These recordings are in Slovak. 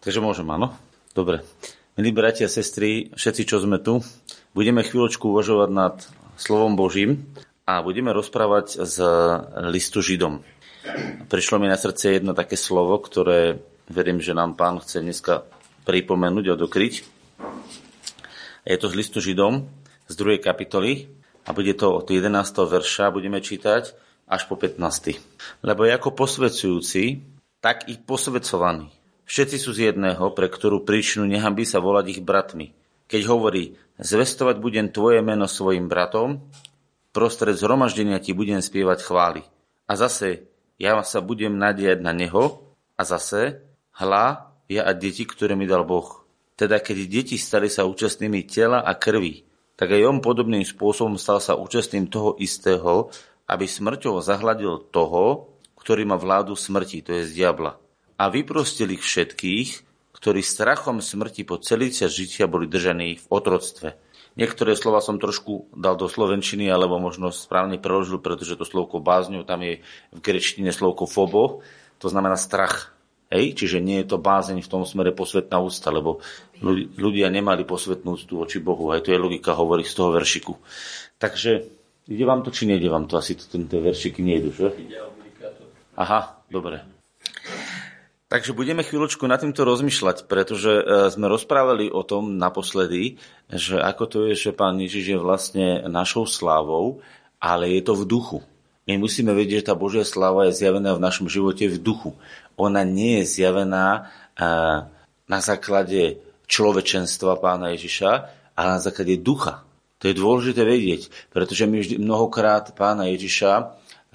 Takže môžem, áno? Dobre. Milí bratia a sestry, všetci, čo sme tu, budeme chvíľočku uvažovať nad slovom Božím a budeme rozprávať z listu Židom. Prišlo mi na srdce jedno také slovo, ktoré verím, že nám Pán chce dneska pripomenúť a dokryť. Je to z listu Židom z 2. kapitoly a bude to od 11. verša, budeme čítať až po 15. Lebo je ako posvedzujúci, tak i posvedcovaní. Všetci sú z jedného, pre ktorú príčinu nehanbí sa volať ich bratmi. Keď hovorí, zvestovať budem tvoje meno svojim bratom, prostred zhromaždenia ti budem spievať chvály. A zase, ja sa budem nadiať na neho, a zase, hľa, ja a deti, ktoré mi dal Boh. Teda keď deti stali sa účastnými tela a krvi, tak aj on podobným spôsobom stal sa účastným toho istého, aby smrťou zahladil toho, ktorý má vládu smrti, to je z diabla. A vyprostil ich všetkých, ktorí strachom smrti po celý čas žitia boli držaní v otroctve. Niektoré slova som trošku dal do slovenčiny, alebo možno správne preložil, pretože to slovko bázňou, tam je v gréčtine slovko fobo, to znamená strach. Čiže nie je to bázeň v tom smere posvetná úcta, lebo ľudia nemali posvetnú úctu voči Bohu. Aj to je logika, hovorí z toho veršiku. Takže ide vám to, či nejde vám to? Asi tento veršiky nejdu, že? Aha, dobre. Takže budeme chvíľočku nad týmto rozmýšľať, pretože sme rozprávali o tom naposledy, že ako to je, že Pán Ježiš je vlastne našou slávou, ale je to v duchu. My musíme vedieť, že tá Božia sláva je zjavená v našom živote v duchu. Ona nie je zjavená na základe človečenstva Pána Ježiša, ale na základe ducha. To je dôležité vedieť, pretože my vždy mnohokrát Pána Ježiša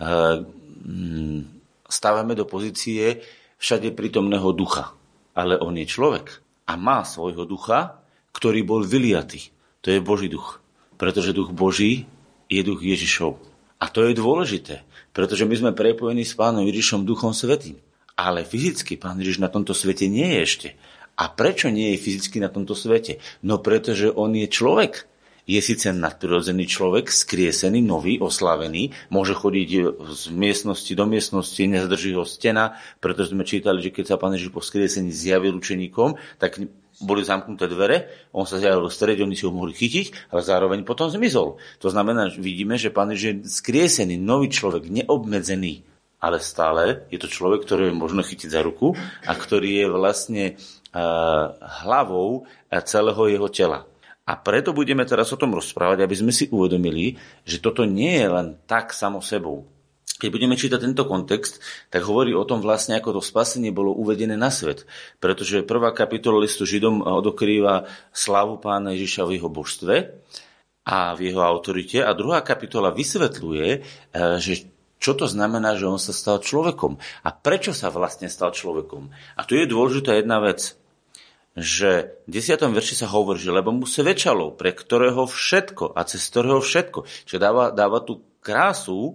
stávame do pozície všade prítomného ducha. Ale on je človek a má svojho ducha, ktorý bol vyliatý. To je Boží duch. Pretože duch Boží je duch Ježišov. A to je dôležité, pretože my sme prepojení s Pánom Ježišom Duchom Svätým. Ale fyzicky Pán Ježiš na tomto svete nie je ešte. A prečo nie je fyzicky na tomto svete? No pretože on je človek. Je síce nadprirodzený človek, skriesený, nový, oslavený, môže chodiť z miestnosti do miestnosti, nezadrží ho stena, pretože sme čítali, že keď sa Pán Ježiš po skriesení zjavil učeníkom, tak boli zamknuté dvere, on sa zjavil v strede, oni si ho mohli chytiť, ale zároveň potom zmizol. To znamená, že vidíme, že Pán Ježiš je skriesený, nový človek, neobmedzený, ale stále je to človek, ktorý je možno chytiť za ruku a ktorý je vlastne hlavou celého jeho tela. A preto budeme teraz o tom rozprávať, aby sme si uvedomili, že toto nie je len tak samo sebou. Keď budeme čítať tento kontext, tak hovorí o tom vlastne, ako to spasenie bolo uvedené na svet. Pretože 1. kapitola listu Židom odokrýva slávu Pána Ježiša v jeho božstve a v jeho autorite. A 2. kapitola vysvetľuje, že čo to znamená, že on sa stal človekom. A prečo sa vlastne stal človekom. A tu je dôležitá jedna vec, že v 10. verši sa hovorí, že lebo mu svedčalo, pre ktorého všetko a cez ktorého všetko. Čiže dáva tú krásu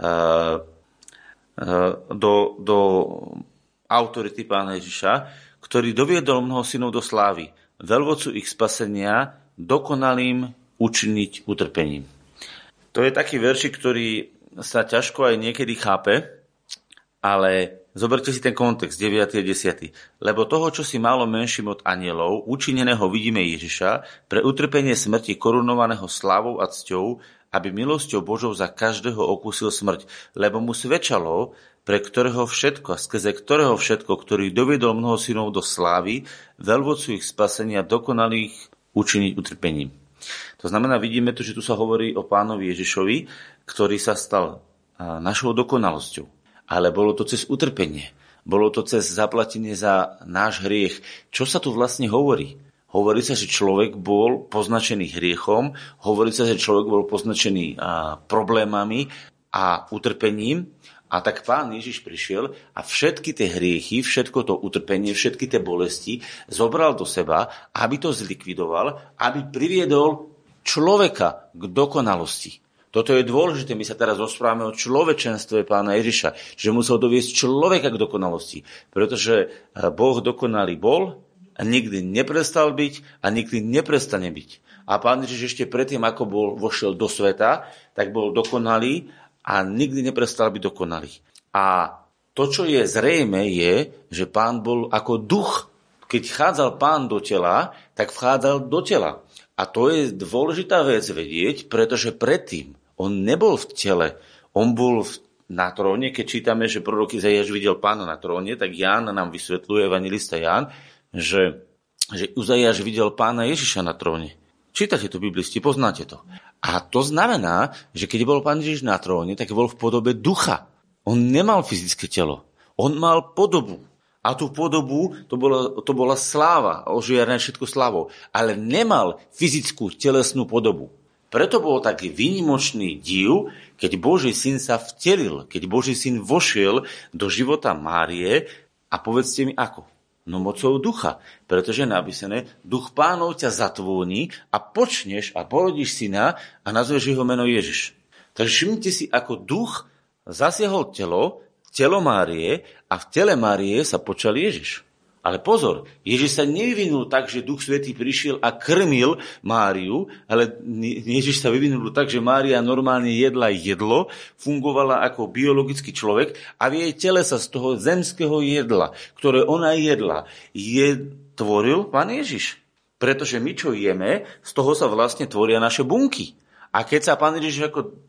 do autority Pána Ježiša, ktorý doviedol mnoho synov do slávy, veľvodcu ich spasenia, dokonalým učiniť utrpením. To je taký veršik, ktorý sa ťažko aj niekedy chápe, ale zoberte si ten kontext, 9. a 10. Lebo toho, čo si málo menším od anielov, učineného vidíme Ježiša, pre utrpenie smrti korunovaného slávou a cťou, aby milosťou Božou za každého okúsil smrť. Lebo mu svedčalo, pre ktorého všetko a skrze ktorého všetko, ktorý doviedol mnoho synov do slávy, veľvodcu ich spasenia dokonalých učiniť utrpením. To znamená, vidíme tu, že tu sa hovorí o Pánovi Ježišovi, ktorý sa stal našou dokonalosťou. Ale bolo to cez utrpenie. Bolo to cez zaplatenie za náš hriech. Čo sa tu vlastne hovorí? Hovorí sa, že človek bol poznačený hriechom, hovorí sa, že človek bol poznačený problémami a utrpením. A tak Pán Ježiš prišiel a všetky tie hriechy, všetko to utrpenie, všetky tie bolesti zobral do seba, aby to zlikvidoval, aby priviedol človeka k dokonalosti. Toto je dôležité, my sa teraz rozprávame o človečenstve Pána Ježiša, že musel doviesť človeka k dokonalosti, pretože Boh dokonalý bol a nikdy neprestal byť a nikdy neprestane byť. A Pán Ježiš ešte predtým, ako vošiel do sveta, tak bol dokonalý a nikdy neprestal byť dokonalý. A to, čo je zrejme, je, že Pán bol ako duch, Keď vchádzal Pán do tela, tak vchádzal do tela. A to je dôležitá vec vedieť, pretože predtým on nebol v tele. On bol na tróne. Keď čítame, že prorok Izaiáš videl Pána na tróne, tak Ján nám vysvetľuje, evanjelista Ján, že Izaiáš videl Pána Ježiša na tróne. Čítate to biblisti, poznáte to. A to znamená, že keď bol Pán Ježiš na tróne, tak bol v podobe ducha. On nemal fyzické telo. On mal podobu. A tú podobu, to bola sláva, ožiarené všetko slávou. Ale nemal fyzickú telesnú podobu. Preto bol taký výnimočný div, keď Boží syn sa vtelil, keď Boží syn vošiel do života Márie a povedzte mi ako? No mocou ducha, pretože je napísané, duch Pánov ťa zatvóni a počneš a porodíš syna a nazveš jeho meno Ježiš. Takže všimnite si, ako duch zasiahol telo Márie a v tele Márie sa počal Ježiš. Ale pozor, Ježiš sa nevyvinul tak, že Duch Svätý prišiel a krmil Máriu, ale Ježiš sa vyvinul tak, že Mária normálne jedla jedlo, fungovala ako biologický človek a v jej tele sa z toho zemského jedla, ktoré ona jedla, tvoril Pán Ježiš. Pretože my, čo jeme, z toho sa vlastne tvoria naše bunky. A keď sa Pán Ježiš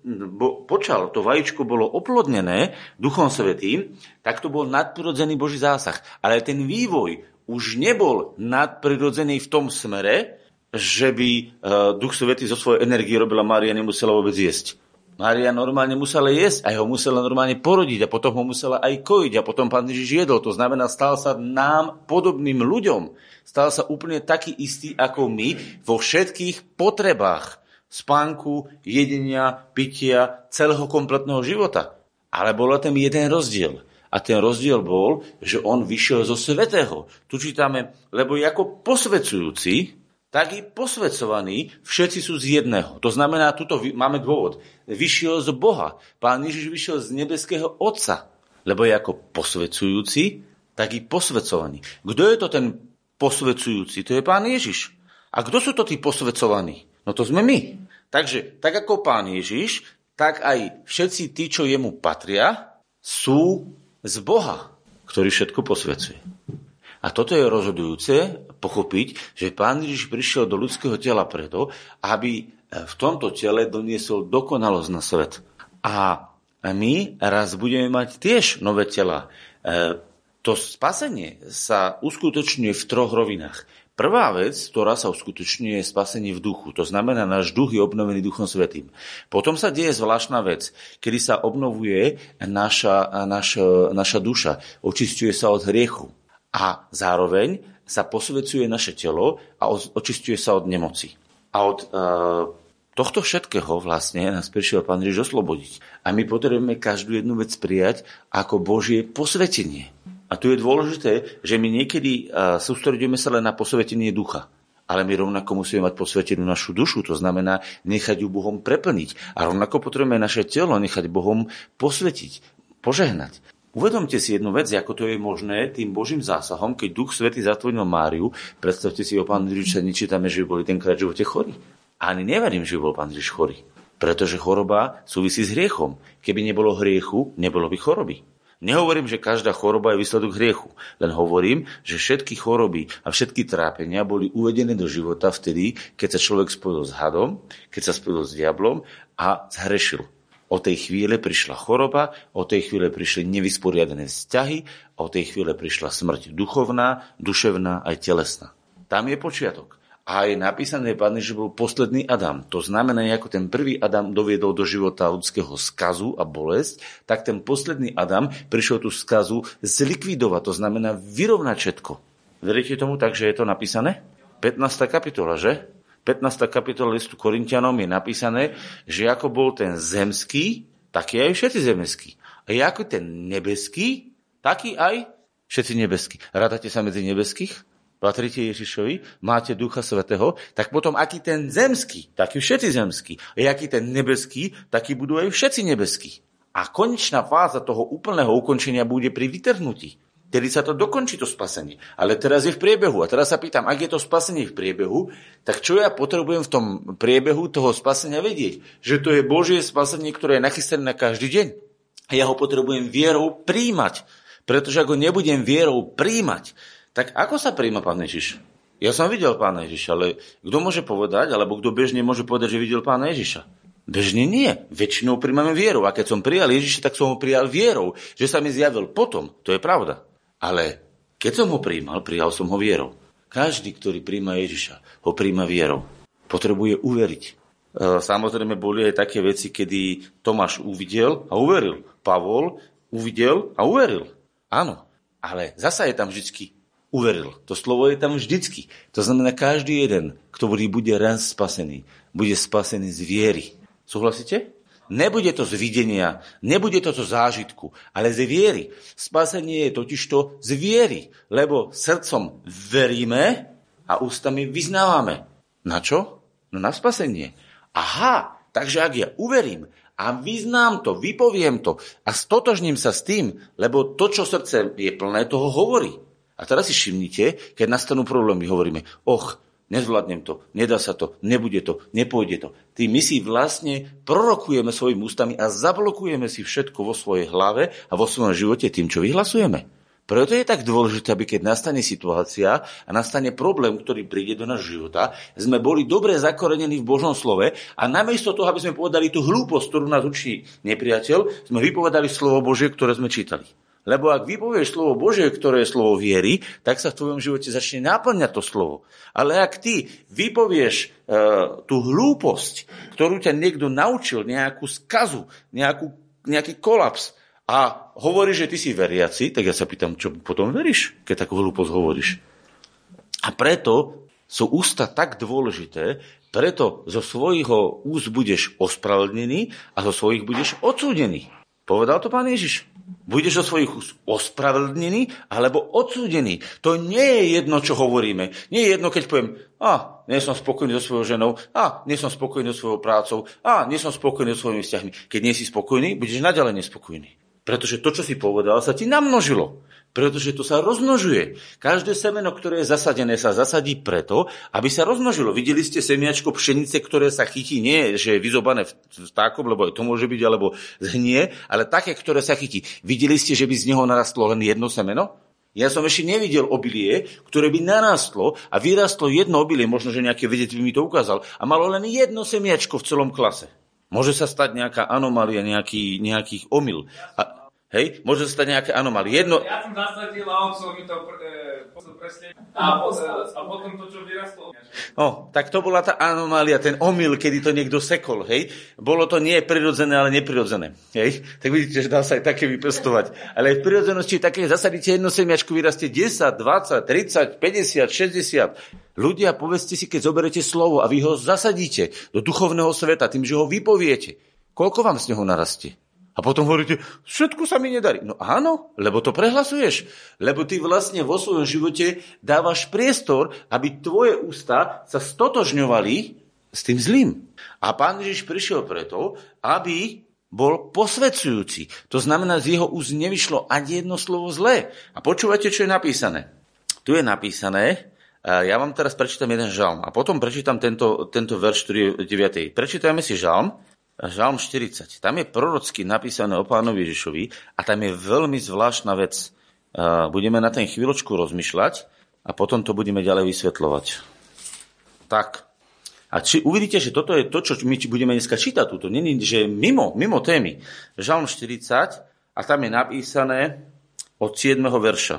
počal, to vajíčko bolo oplodnené Duchom Svätým, tak to bol nadprirodzený Boží zásah. Ale ten vývoj už nebol nadprirodzený v tom smere, že by Duch Svätý zo svojej energie robila, Mária nemusela vôbec jesť. Mária normálne musela jesť a ho musela normálne porodiť a potom ho musela aj kojiť a potom Pán Ježiš jedol. To znamená, stal sa nám podobným ľuďom. Stal sa úplne taký istý ako my vo všetkých potrebách. Spánku, jedenia, pitia, celého kompletného života. Ale bol tam jeden rozdiel. A ten rozdiel bol, že on vyšiel zo svätého. Tu čítame, lebo ako posvedzujúci, tak i posvedzovaní, všetci sú z jedného. To znamená, tuto máme dôvod. Vyšiel z Boha. Pán Ježiš vyšiel z nebeského Otca. Lebo je ako posvedzujúci, tak i posvedzovaní. Kto je to ten posvedzujúci? To je Pán Ježiš. A kto sú to tí posvedzovaní? No to sme my. Takže, tak ako Pán Ježiš, tak aj všetci tí, čo jemu patria, sú z Boha, ktorý všetko posvedzuje. A toto je rozhodujúce pochopiť, že Pán Ježiš prišiel do ľudského tela preto, aby v tomto tele doniesol dokonalosť na svet. A my raz budeme mať tiež nové tela. To spasenie sa uskutočňuje v 3 rovinách. Prvá vec, ktorá sa uskutočňuje, je spasenie v duchu. To znamená, náš duch je obnovený Duchom Svätým. Potom sa deje zvláštna vec, kedy sa obnovuje naša duša. Očisťuje sa od hriechu. A zároveň sa posvedzuje naše telo a očisťuje sa od nemoci. A od tohto všetkého vlastne nás prišiel Pán Ježiš oslobodiť. A my potrebujeme každú jednu vec prijať ako Božie posvetenie. A tu je dôležité, že my niekedy sústredíme sa len na posvetenie ducha. Ale my rovnako musíme mať posvetenú našu dušu, to znamená nechať ju Bohom preplniť. A rovnako potrebujeme naše telo nechať Bohom posvetiť, požehnať. Uvedomte si jednu vec, ako to je možné tým Božím zásahom, keď Duch Svätý zatvoril Máriu. Predstavte si, o Pán Ježiša nečítame, že boli tenkrát v živote chorí. Ani neverím, že bol Pán Ježiš chorý. Pretože choroba súvisí s hriechom. Keby nebolo hriechu, nebolo by choroby. Nehovorím, že každá choroba je výsledok hriechu, len hovorím, že všetky choroby a všetky trápenia boli uvedené do života vtedy, keď sa človek spojil s hadom, keď sa spojil s diablom a zhrešil. O tej chvíle prišla choroba, o tej chvíle prišli nevysporiadané vzťahy, o tej chvíle prišla smrť duchovná, duševná aj telesná. Tam je počiatok. A je napísané, Pán, že bol posledný Adam. To znamená, ako ten prvý Adam doviedol do života ľudského skazu a bolesť, tak ten posledný Adam prišiel tú skazu zlikvidovať. To znamená vyrovnať všetko. Veríte tomu tak, že je to napísané? 15. kapitola, že? 15. kapitola listu Korintianom je napísané, že ako bol ten zemský, taký aj všetci zemskí. A ako ten nebeský, taký aj všetci nebeskí. Rádate sa medzi nebeských? Patríte Ježišovi, máte Ducha Svätého, tak potom aký ten zemský, taký všetci zemskí. A aký ten nebeský, taký budú aj všetci nebeskí. A konečná fáza toho úplného ukončenia bude pri vytrhnutí. Tedy sa to dokončí, to spasenie. Ale teraz je v priebehu. A teraz sa pýtam, ak je to spasenie v priebehu, tak čo ja potrebujem v tom priebehu toho spasenia vedieť? Že to je Božie spasenie, ktoré je nachystané na každý deň. A ja ho potrebujem vierou príjmať. Pretože ak ho nebudem vierou príjmať, Tak ako sa prijíma Pán Ježiš? Ja som videl Pána Ježiša, ale kto môže povedať, alebo kto bežne môže povedať, že videl Pána Ježiša? Bežne nie. Väčšinou prijímame vierou. A keď som prijal Ježiša, tak som ho prijal vierou, že sa mi zjavil potom. To je pravda. Ale keď som ho prijímal, prijal som ho vierou. Každý, ktorý prijíma Ježiša, ho prijíma vierou. Potrebuje uveriť. Samozrejme, boli aj také veci, kedy Tomáš uvidel a uveril. Pavol uvidel a uveril. Áno, ale zasa je tam vždycky uveril. To slovo je tam vždycky. To znamená, každý jeden, kto bude raz spasený, bude spasený z viery. Súhlasíte? Nebude to z videnia, nebude to zo zážitku, ale z viery. Spasenie je totižto z viery, lebo srdcom veríme a ústami vyznávame. Na čo? No na spasenie. Aha, takže ak ja uverím a vyznám to, vypoviem to a stotožním sa s tým, lebo to, čo srdce je plné, toho hovorí. A teraz si všimnite, keď nastanú problémy, hovoríme, nezvládnem to, nedá sa to, nebude to, nepôjde to. My si vlastne prorokujeme svojimi ústami a zablokujeme si všetko vo svojej hlave a vo svojom živote tým, čo vyhlasujeme. Preto je tak dôležité, aby keď nastane situácia a nastane problém, ktorý príde do nášho života, sme boli dobre zakorenení v Božom slove a namiesto toho, aby sme povedali tú hlúposť, ktorú nás učí nepriateľ, sme vypovedali slovo Božie, ktoré sme čítali. Lebo ak vypovieš slovo Božie, ktoré je slovo viery, tak sa v tvojom živote začne náplňať to slovo. Ale ak ty vypovieš tú hlúposť, ktorú ťa niekto naučil, nejakú skazu, nejaký kolaps a hovoríš, že ty si veriaci, tak ja sa pýtam, čo potom veríš, keď takú hlúposť hovoríš. A preto sú ústa tak dôležité, preto zo svojho úst budeš ospravedlnený a zo svojich budeš odsúdený. Povedal to Pán Ježiš. Budeš zo svojich úst ospravedlnený alebo odsúdený. To nie je jedno, čo hovoríme. Nie je jedno, keď poviem, nie som spokojný so svojou ženou, nie som spokojný so svojou prácou, nie som spokojný so svojimi vzťahmi. Keď nie si spokojný, budeš naďalej nespokojný. Pretože to, čo si povedal, sa ti namnožilo. Pretože to sa rozmnožuje. Každé semeno, ktoré je zasadené, sa zasadí preto, aby sa rozmnožilo. Videli ste semiačko pšenice, ktoré sa chytí, nie že je vyzobané vtákom, lebo to môže byť, alebo zhnie, ale také, ktoré sa chytí. Videli ste, že by z neho narastlo len jedno semeno? Ja som ešte nevidel obilie, ktoré by narastlo a vyrastlo jedno obilie, možno, že nejaký vedec by mi to ukázal, a malo len jedno semiačko v celom klase. Môže sa stať nejaká anomália, nejaký omyl. Hej, môže sa stať nejaké anomálie. Ja som zasadil a on som mi to presne a potom to, čo vyrastlo. Tak to bola tá anomália, ten omyl, kedy to niekto sekol, hej. Bolo to nie prirodzené, ale neprirodzené, hej. Tak vidíte, že dá sa aj také vypestovať. Ale v prirodzenosti také zasadíte jedno semiačko, vyrastie 10, 20, 30, 50, 60. Ľudia, povedzte si, keď zoberete slovo a vy ho zasadíte do duchovného sveta tým, že ho vypoviete, koľko vám z neho narastie? A potom hovoríte, všetko sa mi nedarí. No áno, lebo to prehlasuješ. Lebo ty vlastne vo svojom živote dávaš priestor, aby tvoje ústa sa stotožňovali s tým zlým. A Pán Ježiš prišiel preto, aby bol posvedzujúci. To znamená, z jeho úst nevyšlo ani jedno slovo zlé. A počúvate, čo je napísané. Tu je napísané, ja vám teraz prečítam jeden žalm a potom prečítam tento verš, ktorý je 9. Prečítajme si žalm 40. Tam je prorocky napísané o Pánovi Ježišovi a tam je veľmi zvláštna vec. Budeme na ten chvíľočku rozmýšľať a potom to budeme ďalej vysvetľovať. Tak. A uvidíte, že toto je to, čo my budeme dneska čítať. Tuto. Nie, že mimo témy. Žalm 40 a tam je napísané od 7. verša.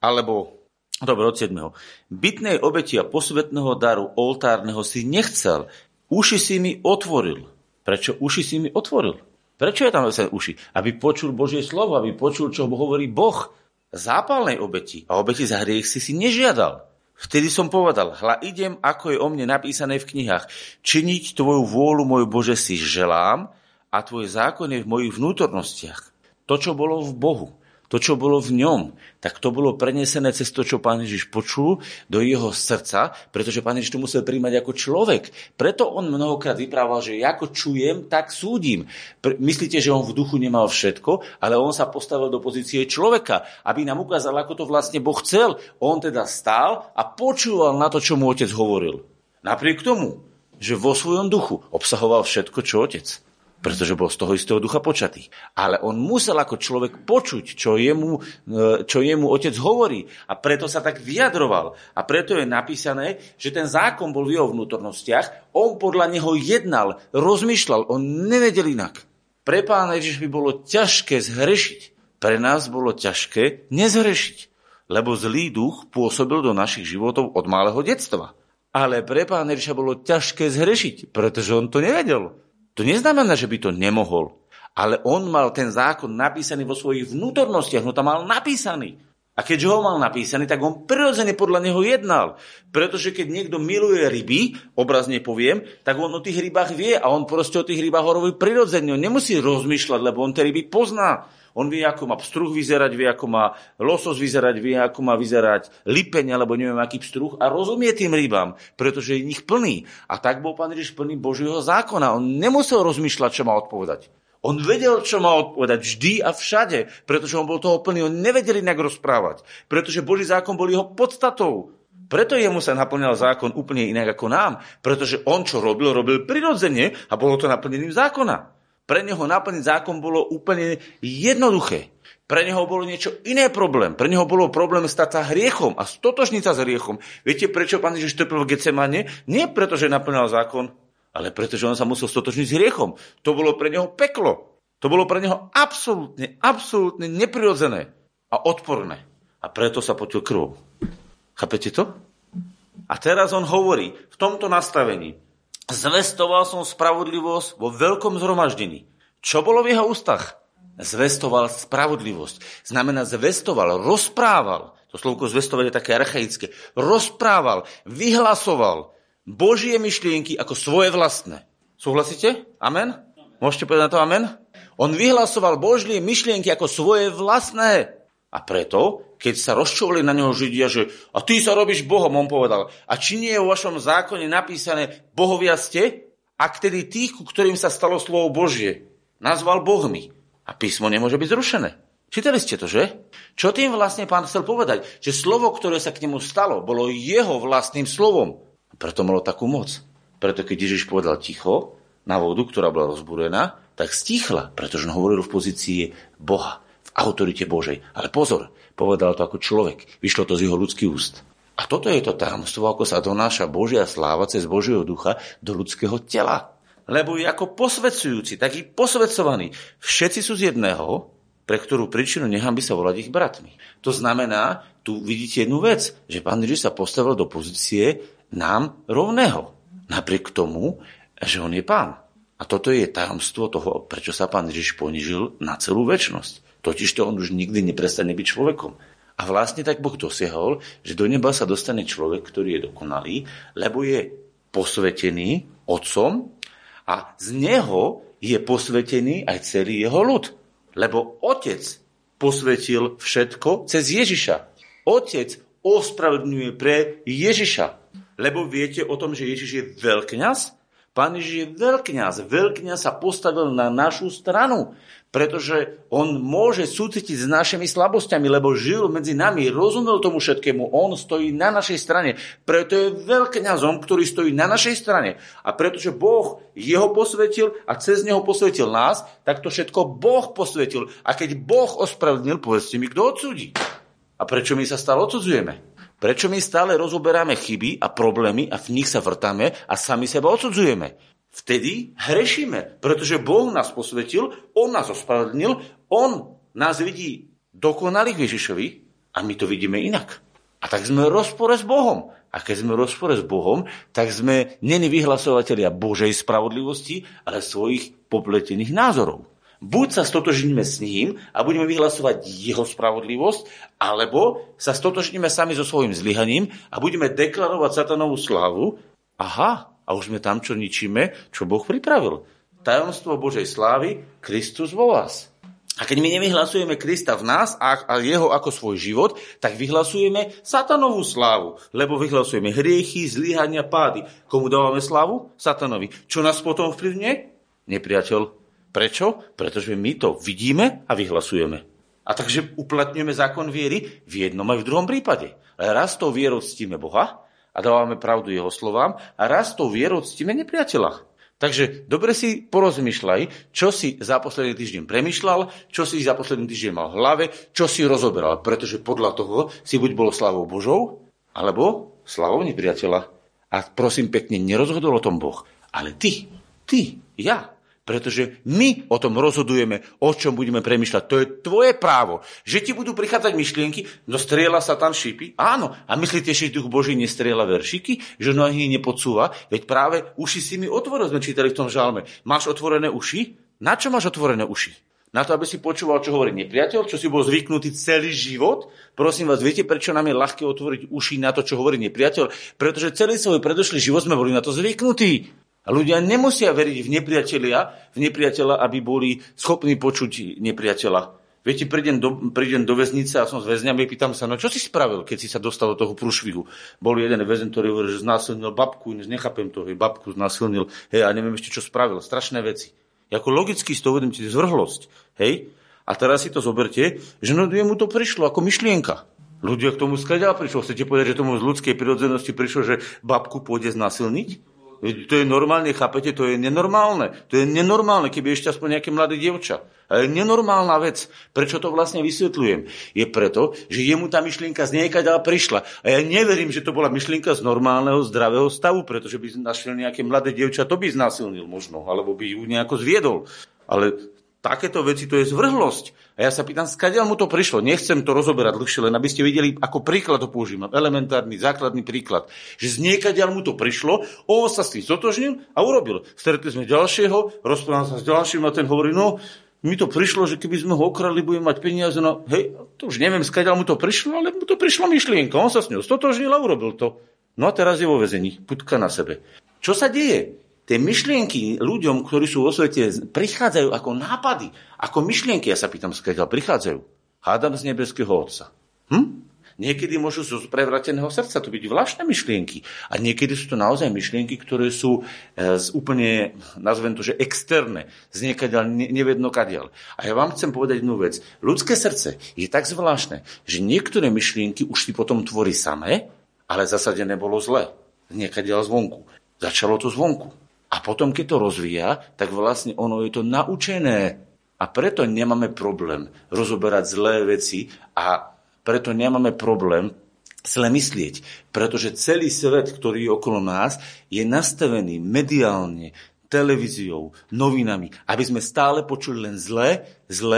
Od 7. Bytnej obeti a posvetného daru oltárneho si nechcel. Uši si mi otvoril. Prečo uši si mi otvoril? Prečo je tam uši? Aby počul Božie slovo, aby počul, čo hovorí Boh. Zápalnej obeti a obeti za hriech si nežiadal. Vtedy som povedal, idem, ako je o mne napísané v knihách. Činiť tvoju vôľu, môj Bože, si želám a tvoj zákon je v mojich vnútornostiach. To, čo bolo v Bohu, to, čo bolo v ňom, tak to bolo prenesené cez to, čo Pán Ježiš počul do jeho srdca, pretože Pán Ježiš to musel príjmať ako človek. Preto on mnohokrát vyprával, že ako čujem, tak súdim. Myslíte, že on v duchu nemal všetko, ale on sa postavil do pozície človeka, aby nám ukázal, ako to vlastne Boh chcel. On teda stál a počúval na to, čo mu otec hovoril. Napriek tomu, že vo svojom duchu obsahoval všetko, čo otec. pretože bol z toho istého ducha počatý. Ale on musel ako človek počuť, čo jemu otec hovorí. A preto sa tak vyjadroval. A preto je napísané, že ten zákon bol v jeho vnútornostiach, on podľa neho jednal, rozmýšľal, on nevedel inak. Pre Pána Ježiša by bolo ťažké zhrešiť. Pre nás bolo ťažké nezhrešiť, lebo zlý duch pôsobil do našich životov od malého detstva. Ale pre Pána Ježiša bolo ťažké zhrešiť, pretože on to nevedel. To neznamená, že by to nemohol. Ale on mal ten zákon napísaný vo svojich vnútornostiach, no tam mal napísaný. A keďže ho mal napísaný, tak on prirodzene podľa neho jednal. Pretože keď niekto miluje ryby, obrazne poviem, tak on o tých rybách vie a on proste o tých rybách hovorí prirodzene. On nemusí rozmýšľať, lebo on tie ryby pozná. On vie, ako má pstruh vyzerať, vie, ako má losos vyzerať, vie, ako má vyzerať lipeň, alebo neviem, aký pstruh a rozumie tým rybám, pretože je ich plný. A tak bol Pán Ježiš plný Božieho zákona. On nemusel rozmýšľať, čo má odpovedať. On vedel, čo má odpovedať vždy a všade, pretože on bol toho plný. On nevedel inak rozprávať, pretože Boží zákon bol jeho podstatou. Preto jemu sa naplňal zákon úplne inak ako nám, pretože on, čo robil prirodzene a bolo to naplnením zákona. Pre neho naplniť zákon bolo úplne jednoduché. Pre neho bolo niečo iné problém. Pre neho bolo problém stať sa hriechom a stotožniť sa s hriechom. Viete, prečo Pán Ježiš trpel v Getsemane? Nie preto, že naplňal zákon, ale pretože on sa musel stotožniť s hriechom. To bolo pre neho peklo. To bolo pre neho absolútne neprirodzené a odporné. A preto sa potil krvou. Chápete to? A teraz on hovorí v tomto nastavení: zvestoval som spravodlivosť vo veľkom zhromaždení. Čo bolo v jeho ústach? Zvestoval spravodlivosť. Znamená zvestoval, rozprával. To slovko zvestovať je také archaické. Rozprával, vyhlasoval Božie myšlienky ako svoje vlastné. Súhlasíte? Amen? Môžete povedať na to amen? On vyhlasoval Božie myšlienky ako svoje vlastné. A preto, keď sa rozčúvali na neho Židia, že a ty sa robíš Bohom, on povedal, a či nie je vo vašom zákone napísané bohovia ste? A vtedy tých, ku ktorým sa stalo slovo Božie, nazval bohmi. A písmo nemôže byť zrušené. Čítali ste to, že? Čo tým vlastne Pán chcel povedať? Že slovo, ktoré sa k nemu stalo, bolo jeho vlastným slovom. Preto malo takú moc. Preto keď Ježiš povedal ticho na vodu, ktorá bola rozbúrená, tak stichla, pretože on hovoril v pozícii Boha, v autorite Božej. Ale pozor, povedal to ako človek. Vyšlo to z jeho ľudských úst. A toto je to tajomstvo, ako sa donáša Božia sláva cez Božieho ducha do ľudského tela. Lebo je ako posvedzujúci, taký posvedzovaný. Všetci sú z jedného, pre ktorú príčinu nehanbí sa volať ich bratmi. To znamená, tu vidíte jednu vec, že Pán Ježiš sa postavil do pozície nám rovného. Napriek tomu, že on je Pán. A toto je tajomstvo toho, prečo sa Pán Ježiš ponížil na celú večnosť. Totižto on už nikdy neprestane byť človekom. A vlastne tak Boh dosiahol, že do neba sa dostane človek, ktorý je dokonalý, lebo je posvetený Otcom a z neho je posvetený aj celý jeho ľud. Lebo Otec posvetil všetko cez Ježiša. Otec ospravedlňuje pre Ježiša. Lebo viete o tom, že Ježiš je veľkňaz? Pán Ježiš je veľkňaz. Veľkňaz sa postavil na našu stranu, pretože on môže súcitiť s našimi slabosťami, lebo žil medzi nami, rozumel tomu všetkému. On stojí na našej strane. Preto je veľkňazom, ktorý stojí na našej strane. A pretože Boh jeho posvetil a cez neho posvetil nás, tak to všetko Boh posvetil. A keď Boh ospravedlnil, povedzte mi, kto odsúdi. A prečo my sa stále odsudzujeme? Prečo my stále rozoberáme chyby a problémy a v nich sa vrtáme a sami seba odsudzujeme? Vtedy hrešíme, pretože Boh nás posvetil, on nás ospravedlnil, on nás vidí dokonalých Ježišovi a my to vidíme inak. A tak sme v rozpore s Bohom. A keď sme v rozpore s Bohom, tak sme neni vyhlasovatelia Božej spravodlivosti, ale svojich popletených názorov. Buď sa stotožníme s ním a budeme vyhlasovať jeho spravodlivosť, alebo sa stotožníme sami so svojím zlyhaním a budeme deklarovať satanovú slávu. Aha, a už sme tam, čo ničíme, čo Boh pripravil. Tajomstvo Božej slávy, Kristus vo vás. A keď my nevyhlasujeme Krista v nás a jeho ako svoj život, tak vyhlasujeme satanovú slávu, lebo vyhlasujeme hriechy, zlyhania, pády. Komu dávame slávu? Satanovi. Čo nás potom vplyvne? Nepriateľ. Prečo? Pretože my to vidíme a vyhlasujeme. A takže uplatňujeme zákon viery v jednom aj v druhom prípade. Raz tou vierou ctíme Boha a dávame pravdu jeho slovám a raz tou vierou ctíme nepriateľa. Takže dobre si porozmýšľaj, čo si za posledný týždeň premýšľal, čo si za posledný týždeň mal v hlave, čo si rozoberal, pretože podľa toho si buď bol slávou Božou, alebo slávou nepriateľa. A prosím pekne, nerozhodol o tom Boh, ale ty, ja. Pretože my o tom rozhodujeme, o čom budeme premýšľať. To je tvoje právo. Že ti budú prichádzať myšlienky, no strieľa sa tam šípy. Áno, a myslíte, že Duch Boží nestrieľa veršiky? Že nohy nepodsúva? Veď práve uši si mi otvoril, sme čítali v tom žalme. Máš otvorené uši? Na čo máš otvorené uši? Na to, aby si počúval, čo hovorí nepriateľ, čo si bol zvyknutý celý život? Prosím vás, viete, prečo nám je ľahké otvoriť uši na to, čo hovorí nepriateľ? Pretože celý svoj predošlý život sme boli na to zvyknutí. A ľudia nemusia veriť v nepriateľa, aby boli schopní počuť nepriateľa. Viete, prídem do väznice a som s väzňami, pýtam sa, no čo si spravil, keď si sa dostal do toho prúšvihu? Bol jeden väzeň, ktorý hovoril, že znásilnil babku, nechápem to, babku znásilnil, a neviem ešte, čo spravil, strašné veci. Ako logicky z toho uvedomíte zvrhlosť, hej? A teraz si to zoberte, že mu to prišlo ako myšlienka. Ľudia k tomu skadiaľ prišlo. Chcete povedať, že tomu z ľudskej prirodzenosti prišlo, že babku pôjde znásilniť? To je normálne, chápete? To je nenormálne. To je nenormálne, keby ešte aspoň nejaké mladé dievča. Ale je nenormálna vec. Prečo to vlastne vysvetľujem? Je preto, že jemu tá myšlienka z niekaďaľ prišla. A ja neverím, že to bola myšlienka z normálneho, zdravého stavu, pretože by našiel nejaké mladé dievča, to by znásilnil možno, alebo by ju nejako zviedol. Ale takéto veci, to je zvrhlosť. A ja sa pýtam, skadiaľ mu to prišlo. Nechcem to rozoberať dlhšie, len aby ste videli, ako príklad to používam. Elementárny, základný príklad. Že z niekaďaľ mu to prišlo, on sa s tým zotožnil a urobil. Stretli sme ďalšieho, rozprával sa s ďalším a ten hovorí, no, mi to prišlo, že keby sme ho okradli, budeme mať peniaze, no, hej, to už neviem, skadiaľ mu to prišlo, ale mu to prišla myšlienka. On sa s ňou stotožnil a urobil to. No a teraz je vo väzení, putka na sebe. Čo sa deje? Tie myšlienky ľuďom, ktorí sú vo svete, prichádzajú ako nápady, ako myšlienky, ja sa pýtam, skadiaľ prichádzajú. Hádam z nebeského Otca. Niekedy môžu zo prevrateného srdca to byť zvláštne myšlienky. A niekedy sú to naozaj myšlienky, ktoré sú úplne, nazvem to, že externé, z niekaďaľ nevedno kadiaľ. A ja vám chcem povedať jednu vec. Ľudské srdce je tak zvláštne, že niektoré myšlienky už si potom tvorí samé, ale zasadené bolo zle. Z niekaďaľ zvonku. Začalo to zvonku. A potom, keď to rozvíja, tak vlastne ono je to naučené. A preto nemáme problém rozoberať zlé veci a preto nemáme problém zle myslieť. Pretože celý svet, ktorý je okolo nás, je nastavený mediálne, televíziou, novinami, aby sme stále počuli len zlé.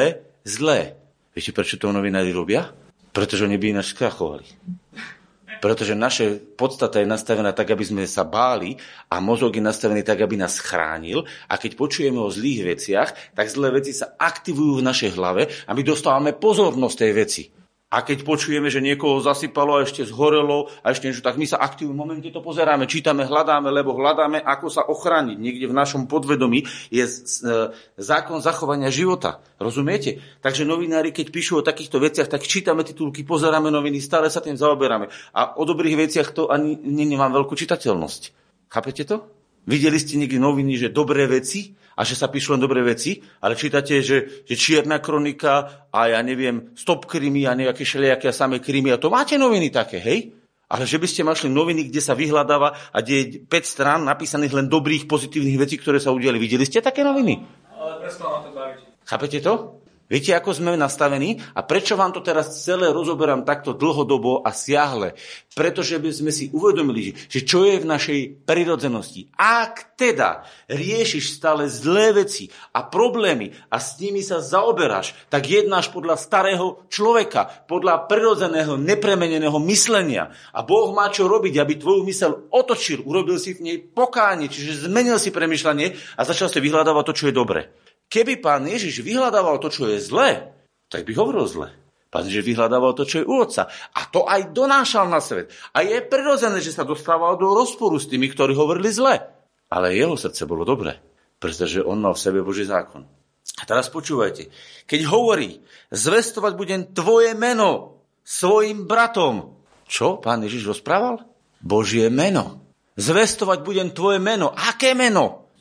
Viete, prečo to novinári robia? Pretože oni by ináč skrachovali. Pretože naša podstata je nastavená tak, aby sme sa báli a mozog je nastavený tak, aby nás chránil. A keď počujeme o zlých veciach, tak zlé veci sa aktivujú v našej hlave a my dostávame pozornosť tej veci. A keď počujeme, že niekoho zasypalo a ešte zhorelo a ešte niečo, tak my sa aktivujeme. V momente to pozeráme, čítame, hľadáme, lebo hľadáme, ako sa ochrániť. Niekde v našom podvedomí je zákon zachovania života. Rozumiete? Takže novinári, keď píšu o takýchto veciach, tak čítame titulky, pozeráme noviny, stále sa tým zaoberáme. A o dobrých veciach to ani nemám veľkú čitateľnosť. Chápete to? Videli ste niekde noviny, že dobré veci a že sa píšu len dobré veci, ale čítate, že čierna kronika a ja neviem, stop krimi a nejaké všelijaké a samé krimi a to máte noviny také, hej? Ale že by ste našli noviny, kde sa vyhľadáva a kde je 5 strán napísaných len dobrých, pozitívnych vecí, ktoré sa udiali. Videli ste také noviny? Ale presne ma to bavíte. Chápete to? Viete, ako sme nastavení? A prečo vám to teraz celé rozoberám takto dlhodobo a siahle? Pretože by sme si uvedomili, že čo je v našej prirodzenosti. Ak teda riešiš stále zlé veci a problémy a s nimi sa zaoberáš, tak jednáš podľa starého človeka, podľa prirodzeného, nepremeneného myslenia. A Boh má čo robiť, aby tvoju myseľ otočil, urobil si v nej pokánie, čiže zmenil si premýšľanie a začal si vyhľadávať to, čo je dobre. Keby Pán Ježiš vyhľadával to, čo je zlé, tak by hovoril zle. Pán Ježiš vyhľadával to, čo je u Otca. A to aj donášal na svet. A je prirodzené, že sa dostával do rozporu s tými, ktorí hovorili zle. Ale jeho srdce bolo dobré, pretože on mal v sebe Boží zákon. A teraz počúvajte. Keď hovorí, zvestovať budem tvoje meno svojim bratom. Čo Pán Ježiš rozprával? Božie meno. Zvestovať budem tvoje meno. Aké meno?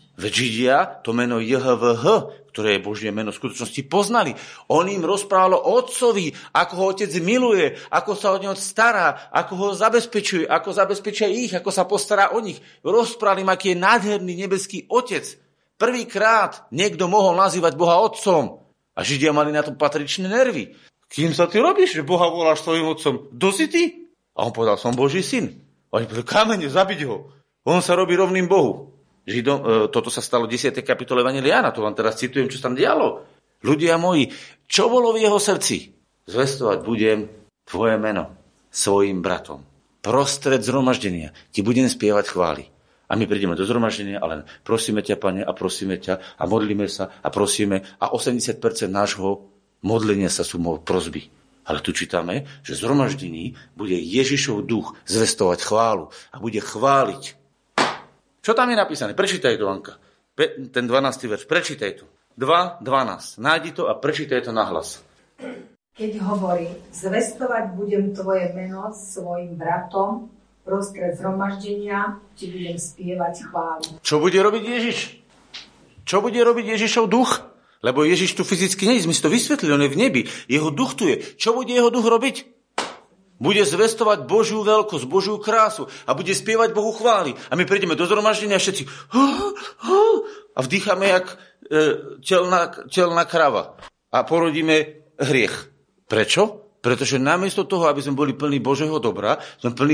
Veď Židia to meno JHVH, ktoré je Božie meno, v skutočnosti poznali. On im rozprával o otcovi, ako ho otec miluje, ako sa o neho stará, ako ho zabezpečuje, ako zabezpečuje ich, ako sa postará o nich. Rozprával im, aký je nádherný nebeský otec. Prvýkrát niekto mohol nazývať Boha otcom. A Židia mali na to patričné nervy. Kým sa ty robíš, že Boha voláš svojim otcom? Kto si ty? A on povedal, som Boží syn. A oni povedali, kamene, zabiť ho. On sa robí rovným Bohu. Židom, toto sa stalo v 10. kapitole Evanjelia Jána, to vám teraz citujem, čo sa tam dialo. Ľudia moji, čo bolo v jeho srdci? Zvestovať budem tvoje meno svojim bratom. Prostred zhromaždenia ti budem spievať chvály. A my prídeme do zhromaždenia a len prosíme ťa, Pane, a prosíme ťa a modlíme sa a prosíme a 80% nášho modlenia sa sú prosby. Ale tu čítame, že v zhromaždení bude Ježišov duch zvestovať chválu a bude chváliť. Čo tam je napísané? Prečítaj to, Anka. Ten 12. verš. Prečítaj to. 2.12. Nájdi to a prečítaj to nahlas. Keď hovorí, zvestovať budem tvoje meno svojim bratom, prostred zhromaždenia ti budem spievať chválu. Čo bude robiť Ježiš? Čo bude robiť Ježišov duch? Lebo Ježiš tu fyzicky nie je, my si to vysvetlili, on je v nebi. Jeho duch tu je. Čo bude jeho duch robiť? Bude zvestovať Božiu veľkosť, Božiu krásu a bude spievať Bohu chvály. A my prídeme do zhromaždenia a všetci a vdýchame jak telná krava a porodíme hriech. Prečo? Pretože namiesto toho, aby sme boli plní Božieho dobra, sme plní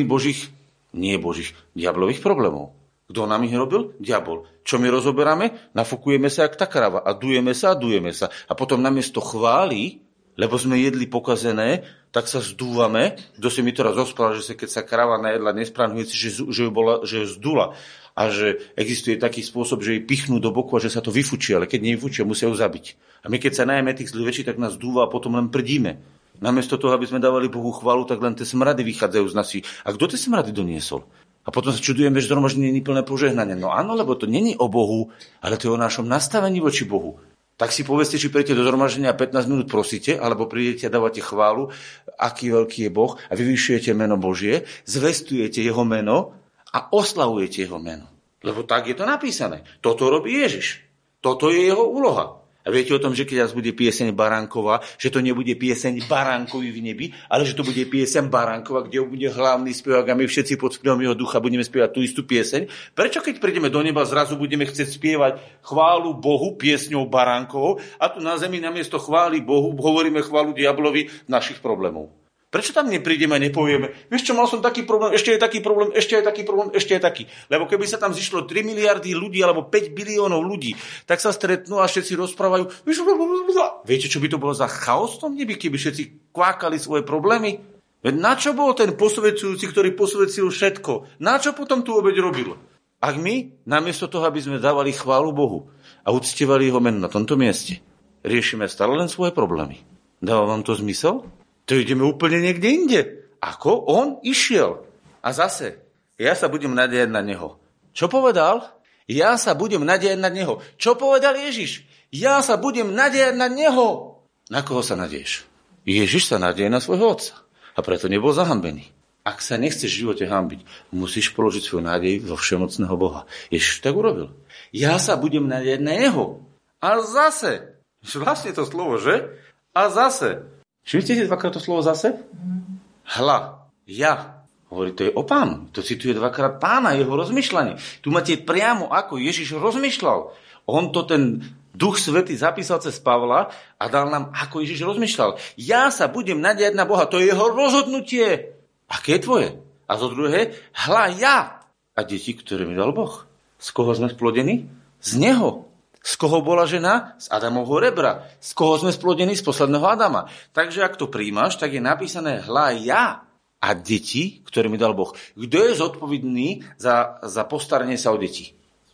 diablových problémov. Kto nám ich robil? Diabol. Čo my rozoberáme? Nafúkujeme sa jak tá krava a dujeme sa. A potom namiesto chvály, lebo sme jedli pokazené, tak sa zdúvame. Kto si mi teraz rozprával, že keď sa krava najedla nesprávne veci, že ju zdula. A že existuje taký spôsob, že jej pichnú do boku a že sa to vyfučí, ale keď nevyfučia, musia ju zabiť. A my keď sa najeme tých zlých vecí, tak nás dúva a potom len prdíme. Namiesto toho, aby sme dávali Bohu chválu, tak len tie smrady vychádzajú z nás. A kto tie smrady doniesol? A potom sa čudujeme, že zhromaždenie nie je plné požehnanie. No áno, lebo to není o Bohu, ale to je o našom nastavení voči Bohu. Tak si povedzte, či prídete do zhromaždenia a 15 minút prosíte, alebo prídete a dávate chválu, aký veľký je Boh a vyvyšujete meno Božie, zvestujete jeho meno a oslavujete jeho meno. Lebo tak je to napísané. Toto robí Ježiš. Toto je jeho úloha. A viete o tom, že keď bude pieseň Baránková, že to nebude pieseň Baránkovi v nebi, ale že to bude pieseň Baránková, kde bude hlavný spevák a my všetci pod vplyvom jeho ducha budeme spievať tú istú pieseň. Prečo keď prídeme do neba, zrazu budeme chcieť spievať chválu Bohu piesňou Baránkovou a tu na zemi namiesto chvály Bohu hovoríme chválu diablovi našich problémov? Prečo tam neprídeme a nepovieme, vieš čo, mal som taký problém, ešte je taký problém, ešte je taký problém, ešte je taký. Lebo keby sa tam zišlo 3 miliardy ľudí alebo 5 biliónov ľudí, tak sa stretnú a všetci rozprávajú. Viete, čo by to bolo za chaos v tom nebi, keby všetci kvákali svoje problémy? Veď na čo bol ten posvedcujúci, ktorý posvedcil všetko? Na čo potom tú obeť robil? Ak my, namiesto toho, aby sme dávali chválu Bohu a uctievali jeho meno na tomto mieste, riešime stále len svoje problémy. Dáva vám to zmysel? To ideme úplne niekde inde. Ako? On išiel. A zase, ja sa budem nadejať na neho. Čo povedal? Ja sa budem nadejať na neho. Čo povedal Ježiš? Ja sa budem nadejať na neho. Na koho sa nadeješ? Ježiš sa nadeje na svojho otca. A preto nebol zahambený. Ak sa nechceš v živote hanbiť, musíš položiť svoju nádej vo všemocného Boha. Ježiš tak urobil. Ja sa budem nadejať na neho. A zase. Vlastne to slovo, že? A zase. Všimnite si dvakrát to slovo zase? Hla, ja. Hovorí, to je o Pánu. To cituje dvakrát Pána, jeho rozmýšľanie. Tu máte priamo, ako Ježiš rozmýšľal. On to ten Duch Svätý zapísal cez Pavla a dal nám, ako Ježiš rozmýšľal. Ja sa budem nadejať na Boha. To je jeho rozhodnutie. Aké je tvoje? A zo druhé, hla, ja. A deti, ktoré mi dal Boh. Z koho sme splodení? Z neho. Z koho bola žena? Z Adamovho rebra. Z koho sme splodení? Z posledného Adama. Takže ak to príjmaš, tak je napísané hľa ja a deti, ktoré mi dal Boh. Kto je zodpovedný za postaranie sa o deti?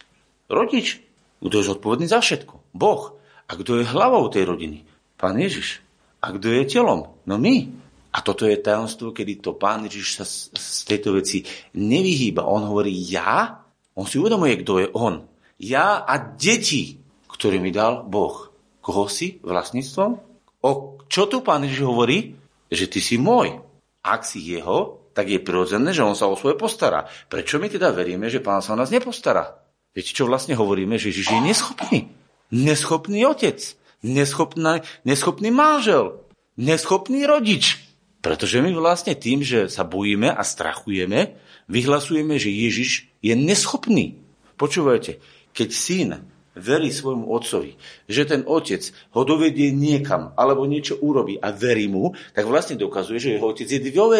Rodič. Kto je zodpovedný za všetko? Boh. A kto je hlavou tej rodiny? Pán Ježiš. A kto je telom? No my. A toto je tajomstvo, kedy to Pán Ježiš sa z tejto veci nevyhýba. On hovorí ja, on si uvedomuje, kto je on. Ja a deti, ktorý mi dal Boh. Koho si vlastníctvom? O čo tu Pán Ježiš hovorí? Že ty si môj. Ak si jeho, tak je prirodzené, že on sa o svoje postará. Prečo my teda veríme, že Pán sa o nás nepostará? Viete, čo vlastne hovoríme? Že Ježiš je neschopný. Neschopný otec. Neschopný manžel. Neschopný rodič. Pretože my vlastne tým, že sa bojíme a strachujeme, vyhlasujeme, že Ježiš je neschopný. Počúvajte, keď syn verí svojmu otcovi, že ten otec ho dovedie niekam, alebo niečo urobí a verí mu, tak vlastne dokazuje, že jeho otec je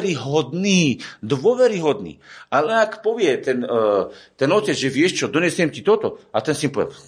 dôveryhodný. Ale ak povie ten otec, že vieš čo, donesiem ti toto, a ten syn povie,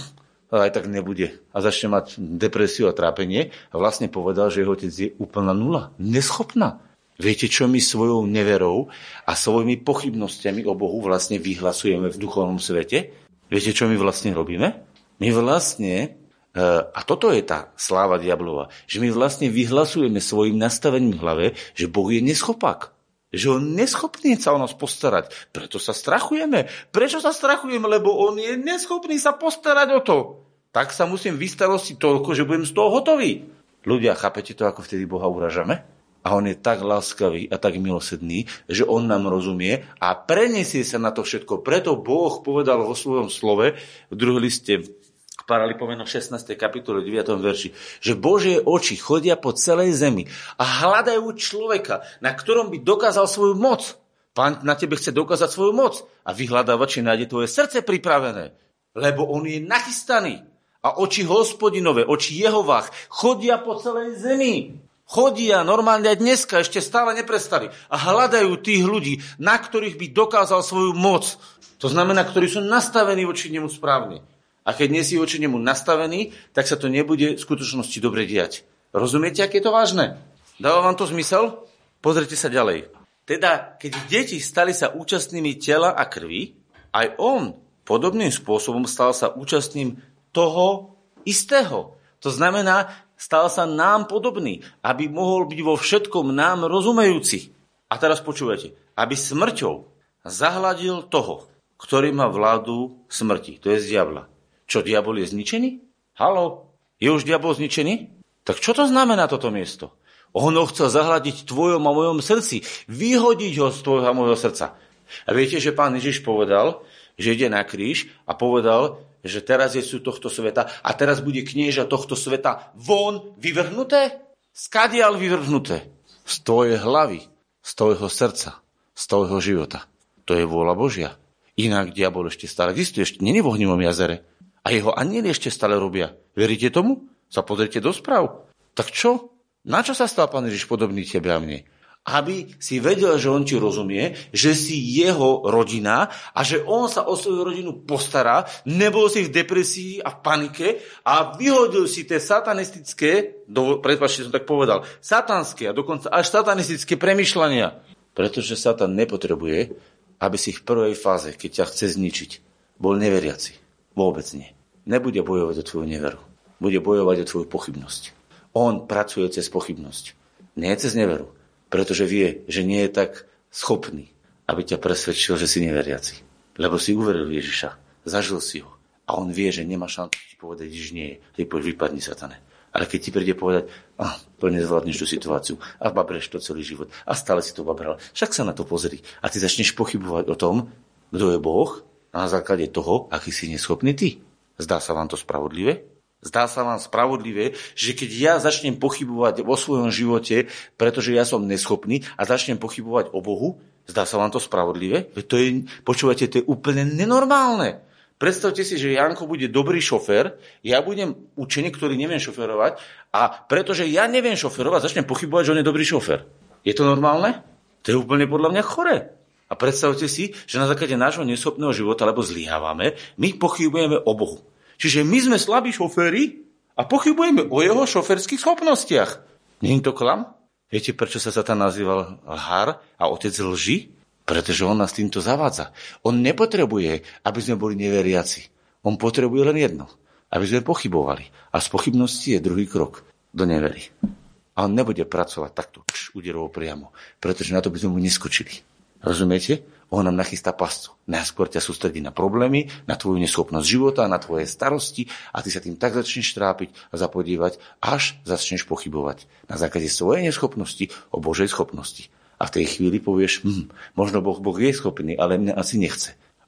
aj tak nebude. A začne mať depresiu a trápenie a vlastne povedal, že jeho otec je úplná nula, neschopná. Viete, čo my svojou neverou a svojimi pochybnostiami o Bohu vlastne vyhlasujeme v duchovnom svete? Viete, čo my vlastne robíme? My vlastne, a toto je tá sláva diablova, že my vlastne vyhlasujeme svojim nastavením v hlave, že Boh je neschopák. Že on neschopný sa o nás postarať. Preto sa strachujeme. Prečo sa strachujeme? Lebo on je neschopný sa postarať o to. Tak sa musím vystarostiť toľko, že budem z toho hotový. Ľudia, chápete to, ako vtedy Boha uražame? A on je tak láskavý a tak milosrdný, že on nám rozumie a preniesie sa na to všetko. Preto Boh povedal vo svojom slove v druhom liste Paralipomenom 16. kapitole 9. verši, že Božie oči chodia po celej zemi a hľadajú človeka, na ktorom by dokázal svoju moc. Pán na tebe chce dokázať svoju moc a vyhľadáva, či nájde tvoje srdce pripravené, lebo on je nachystaný. A oči Hospodinové, oči Jehovách chodia po celej zemi. Chodia normálne aj dneska, ešte stále neprestali a hľadajú tých ľudí, na ktorých by dokázal svoju moc. To znamená, ktorí sú nastavení voči nemu správne. A keď nie si voči nemu nastavený, tak sa to nebude v skutočnosti dobre diať. Rozumiete, aké je to vážne? Dáva vám to zmysel? Pozrite sa ďalej. Teda, keď deti stali sa účastnými tela a krvi, aj on podobným spôsobom stal sa účastným toho istého. To znamená, stal sa nám podobný, aby mohol byť vo všetkom nám rozumejúci. A teraz počúvajte, aby smrťou zahladil toho, ktorý má vládu smrti, to je z diabla. Čo, diabol je zničený? Haló, je už diabol zničený? Tak čo to znamená toto miesto? On ho chcel zahladiť v tvojom a mojom srdci, vyhodiť ho z tvojho a mojho srdca. A viete, že Pán Ježiš povedal, že ide na kríž a povedal, že teraz je súd tohto sveta a teraz bude knieža tohto sveta von vyvrhnuté? Skadiaľ vyvrhnuté? Z tvojej hlavy, z tvojho srdca, z tvojho života. To je vôľa Božia. Inak diabol ešte stále existuje, ešte nie je v ohnivom jazere. A jeho anjeli ešte stále robia. Veríte tomu? Sa pozrite do správ. Tak čo? Na čo sa stal Pán Ježiš podobný tebe a mne? Aby si vedel, že on ti rozumie, že si jeho rodina a že on sa o svoju rodinu postará, nebol si v depresii a v panike a vyhodil si tie satanistické, prepáčte, som tak povedal, satanské a dokonca až satanistické premýšľania. Pretože Satan nepotrebuje, aby si v prvej fáze, keď ťa chce zničiť, bol neveriaci. Vôbec nie. Nebude bojovať o tvoju neveru. Bude bojovať o tvoju pochybnosť. On pracuje cez pochybnosť. Nie cez neveru. Pretože vie, že nie je tak schopný, aby ťa presvedčil, že si neveriaci. Lebo si uveril Ježiša. Zažil si ho. A on vie, že nemá šancu ti povedať, že nie je. Ty povieš, vypadni, satane. Ale keď ti príde povedať, plne zvládneš tú situáciu a babreš to celý život a stále si to babral, však sa na to pozri. A ty začneš pochybovať o tom, kto je Boh, na základe toho, aký si neschopný ty. Zdá sa vám to spravodlivé? Zdá sa vám spravodlivé, že keď ja začnem pochybovať vo svojom živote, pretože ja som neschopný a začnem pochybovať o Bohu, zdá sa vám to spravodlivé? To je, počúvate, to je úplne nenormálne. Predstavte si, že Janko bude dobrý šofér, ja budem učeník, ktorý neviem šoférovať a pretože ja neviem šoférovať, začnem pochybovať, že on je dobrý šofér. Je to normálne? To je úplne podľa mňa choré. A predstavte si, že na základe nášho neschopného života, lebo zlyhávame, my pochybujeme o Bohu. Čiže my sme slabí šoféri a pochybujeme o jeho šoférskych schopnostiach. Nie je to klam? Viete, prečo sa Satan nazýval lhár a otec lži? Pretože on nás týmto zavádza. On nepotrebuje, aby sme boli neveriaci. On potrebuje len jedno. Aby sme pochybovali. A z pochybnosti je druhý krok do nevery. A on nebude pracovať takto úderovo priamo. Pretože na to by sme mu neskočili. Rozumiete? On nám nachystá pascu. Najskôr ťa sústredí na problémy, na tvoju neschopnosť života, na tvoje starosti a ty sa tým tak začneš trápiť a zapodívať, až začneš pochybovať na základe svojej neschopnosti o Božej schopnosti. A v tej chvíli povieš, možno Boh je schopný, ale mňa asi nechce.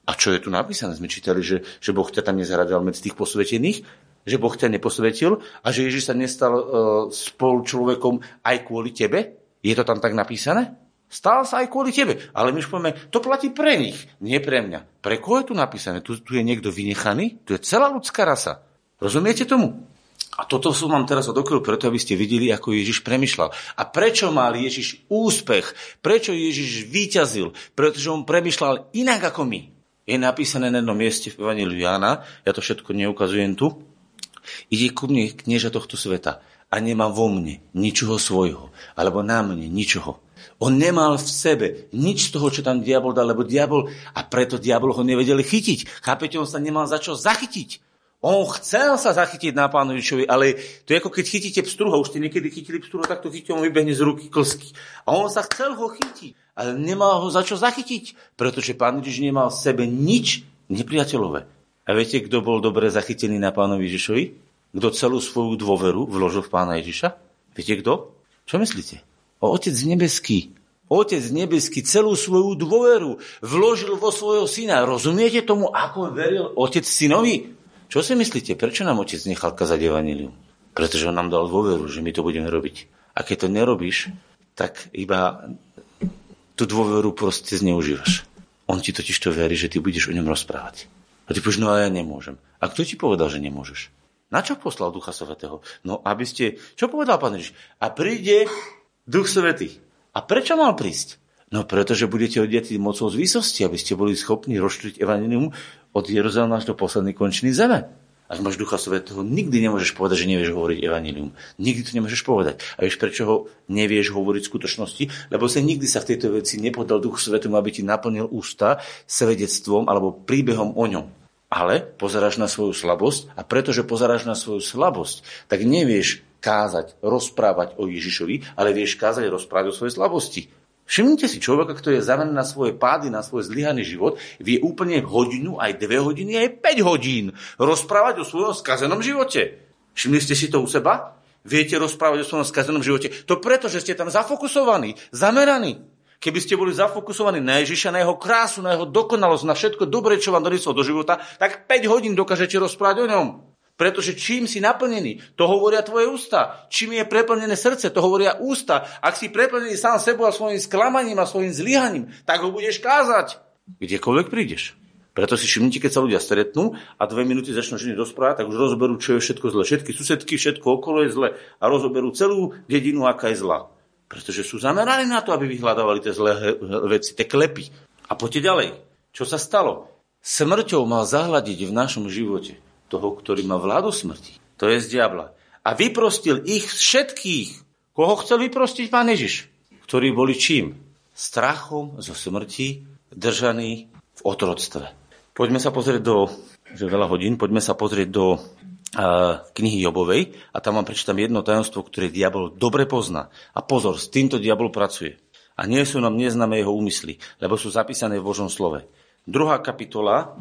A čo je tu napísané? Sme čítali, že Boh ťa tam nezhradal medzi tých posvetených, že Boh ťa neposvetil a že Ježiš sa nestal spolu človekom aj kvôli tebe? Je to tam tak napísané? Stal sa aj kvôli tebe. Ale my už povieme, to platí pre nich, nie pre mňa. Pre koho je tu napísané? Tu je niekto vynechaný? Tu je celá ľudská rasa. Rozumiete tomu? A toto som vám teraz odokryl preto, aby ste videli, ako Ježiš premýšľal. A prečo mal Ježiš úspech? Prečo Ježiš víťazil? Pretože on premýšľal inak ako my. Je napísané na jednom mieste v Evanjeliu Jána, ja to všetko neukazujem tu. Ide ku mne knieža tohto sveta a nemá vo mne ničoho svojho, alebo na mne ničoho. On nemal v sebe nič z toho, čo tam diabol dal, lebo diabol, a preto diabol ho nevedeli chytiť. Chápete, on sa nemal za čo zachytiť. On chcel sa zachytiť na Pánu Ježišovi, ale to je ako keď chytíte pstruha. Už ste niekedy chytili pstruha, tak to chytíte, on vybehne z ruky klsky. A on sa chcel ho chytiť, ale nemal ho za čo zachytiť, pretože Pán Ježiš nemal v sebe nič nepriateľové. A viete, kto bol dobre zachytený na Pánovi Ježišovi? Kto celú svoju dôveru vložil v Pána Ježiša? Viete kto? Čo myslíte? Otec nebeský. Otec nebeský celú svoju dôveru vložil vo svojho syna. Rozumiete tomu, ako veril otec synovi? Čo si myslíte? Prečo nám otec nechal kazať evanjelium? Pretože on nám dal dôveru, že my to budeme robiť. A keď to nerobíš, tak iba tú dôveru proste zneužívaš. On ti totiž to verí, že ty budeš o ňom rozprávať. A ty povieš, no a ja nemôžem. A kto ti povedal, že nemôžeš? Na čo poslal Ducha Svätého? No aby ste... Čo povedal Pán Ježiš? A príde Duch Svätý. A prečo mal prísť? No pretože budete odiatí mocou z výsosti, aby ste boli schopní rozšíriť evanjelium od Jeruzalema až do poslednej končiny zeme. Ak máš Ducha Svätého, nikdy nemôžeš povedať, že nevieš hovoriť evanjelium. Nikdy to nemôžeš povedať. A vieš, prečo ho nevieš hovoriť v skutočnosti? Lebo nikdy sa v tejto veci nepodal Duchu Svätému, aby ti naplnil ústa svedectvom alebo príbehom o ňom. Ale pozeráš na svoju slabosť a pretože pozeráš na svoju slabosť, tak nevieš kázať, rozprávať o Ježišovi, ale vieš kázať a rozprávať o svojej slabosti. Všimnite si človeka, ktorý je zameraný na svoje pády, na svoj zlyhaný život, vie úplne hodinu, aj 2 hodiny, aj 5 hodín rozprávať o svojom skazenom živote. Všimli ste si to u seba? Viete rozprávať o svojom skazenom živote? To preto, že ste tam zafokusovaní, zameraní. Keby ste boli zafokusovaní na Ježiša, na jeho krásu, na jeho dokonalosť, na všetko dobré, čo vám donieslo do života, tak 5 hodín dokážete rozprávať o ňom. Pretože čím si naplnený, to hovoria tvoje ústa. Čím je preplnené srdce, to hovoria ústa. Ak si preplnený sám sebou a svojim sklamaním a svojim zlyhaním, tak ho budeš kázať, kdekoľvek prídeš. Preto si všimnite, keď sa ľudia stretnú a 2 minúty začnú ženy rozprávať, tak už rozoberú, čo je všetko zle. Všetky susedky, všetko okolo je zle a rozoberú celú dedinu, aká je zlá. Pretože sú zameraní na to, aby vyhľadávali tie zlé veci, tie klepy. A poďte ďalej. Čo sa stalo? Smrťou mal zahľadiť v našom živote toho, ktorý má vládu smrti. To je z diabla. A vyprostil ich všetkých. Koho chcel vyprostiť Pán Ježiš? Ktorí boli čím? Strachom zo smrti, držaní v otroctve. Poďme sa pozrieť poďme sa pozrieť do knihy Jobovej a tam vám prečítam jedno tajomstvo, ktoré diabol dobre pozná. A pozor, s týmto diabol pracuje. A nie sú nám neznáme jeho úmysly, lebo sú zapísané v Božom slove. 2. kapitola